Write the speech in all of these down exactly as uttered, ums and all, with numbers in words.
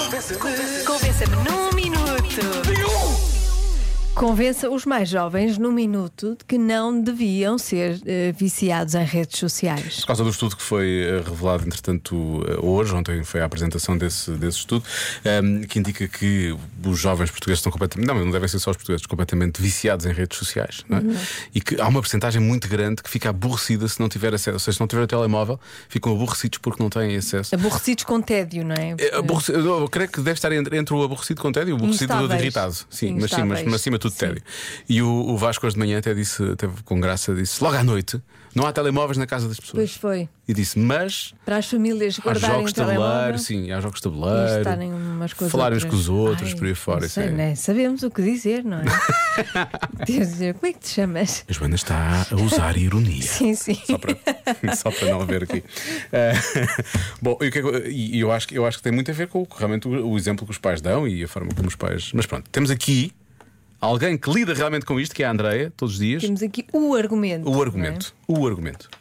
Convença-me num minuto. Convença os mais jovens num minuto de que não deviam ser uh, viciados em redes sociais. Por causa do estudo que foi uh, revelado, entretanto, uh, hoje, ontem foi a apresentação desse, desse estudo, um, que indica que os jovens portugueses estão completamente, não, não devem ser só os portugueses, completamente viciados em redes sociais, não é? Uhum. E que há uma porcentagem muito grande que fica aborrecida se não tiver acesso, ou seja, se não tiver o telemóvel, ficam aborrecidos porque não têm acesso. Aborrecidos com tédio, não é? É aborreci... Eu creio que deve estar entre, entre o aborrecido com tédio e o aborrecido de irritado. Sim, mas sim, mas, mas acima de tudo tédio. E o, o Vasco hoje de manhã até disse, teve com graça, disse logo à noite: não há telemóveis na casa das pessoas. Pois foi. E disse, mas para as famílias guardarem há jogos o telemóvel, tabuleiro, sim, há jogos tabuleiro, umas coisas falarem uns outras. com os outros. Ai, por aí fora. Não sei, é... né? Sabemos o que dizer, não é? Dizer, como é que te chamas? A Joana está a usar ironia. Sim, sim. Só para, só para não haver aqui. Uh, bom, e, o que é, e eu, acho, eu acho que tem muito a ver com realmente o, o exemplo que os pais dão e a forma como os pais. Mas pronto, temos aqui alguém que lida realmente com isto, que é a Andreia, todos os dias. Temos aqui o argumento. O argumento. É? O argumento.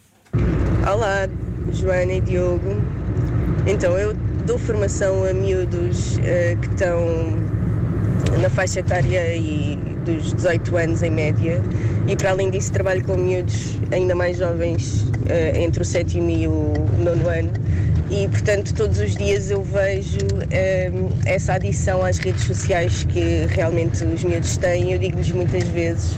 Olá, Joana e Diogo. Então, eu dou formação a miúdos uh, que estão na faixa etária e dos dezoito anos em média, e para além disso trabalho com miúdos ainda mais jovens, uh, entre o sétimo e o nono ano. E, portanto, todos os dias eu vejo um, essa adição às redes sociais que realmente os miúdos têm. Eu digo-lhes muitas vezes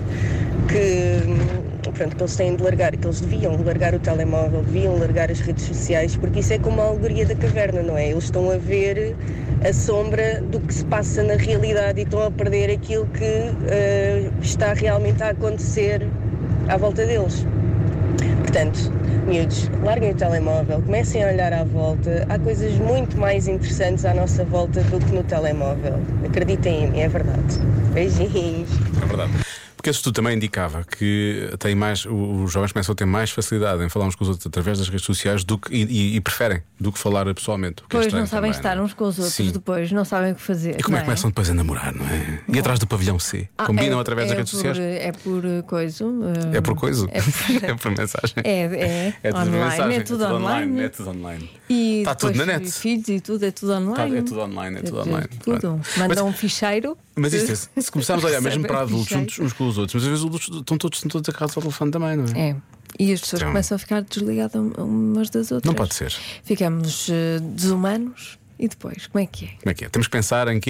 que, pronto, que eles têm de largar, que eles deviam largar o telemóvel, deviam largar as redes sociais, porque isso é como a alegoria da caverna, não é? Eles estão a ver a sombra do que se passa na realidade e estão a perder aquilo que uh, está realmente a acontecer à volta deles. Portanto, miúdos, larguem o telemóvel, comecem a olhar à volta. Há coisas muito mais interessantes à nossa volta do que no telemóvel. Acreditem em mim, é verdade. Beijinhos. É verdade. Porque esse estudo também indicava que tem mais, os jovens começam a ter mais facilidade em falar uns com os outros através das redes sociais do que, e, e preferem do que falar pessoalmente. Pois é, não sabem também, estar não? uns com os outros. Sim. Depois não sabem o que fazer. E como é que é? começam depois a namorar, não é? E atrás do pavilhão C? Ah, Combinam é, através é das redes por, sociais? É por coisa. Uh, é por coisa? É por, é por mensagem. É, é, é tudo online, mensagem. É tudo online. É tudo online. E está tudo na net. Filhos e tudo, é tudo online. É tudo online, é tudo online. Tudo. Mandam um ficheiro. Mas isso, se começarmos a olhar mesmo para adultos juntos uns com os outros, mas às vezes os adultos estão todos, estão todos agarrados ao telefone também, não é? É. E as pessoas então, começam a ficar desligadas umas das outras. Não pode ser. Ficamos uh, desumanos e depois, como é que é? Como é que é? Temos que pensar em quê?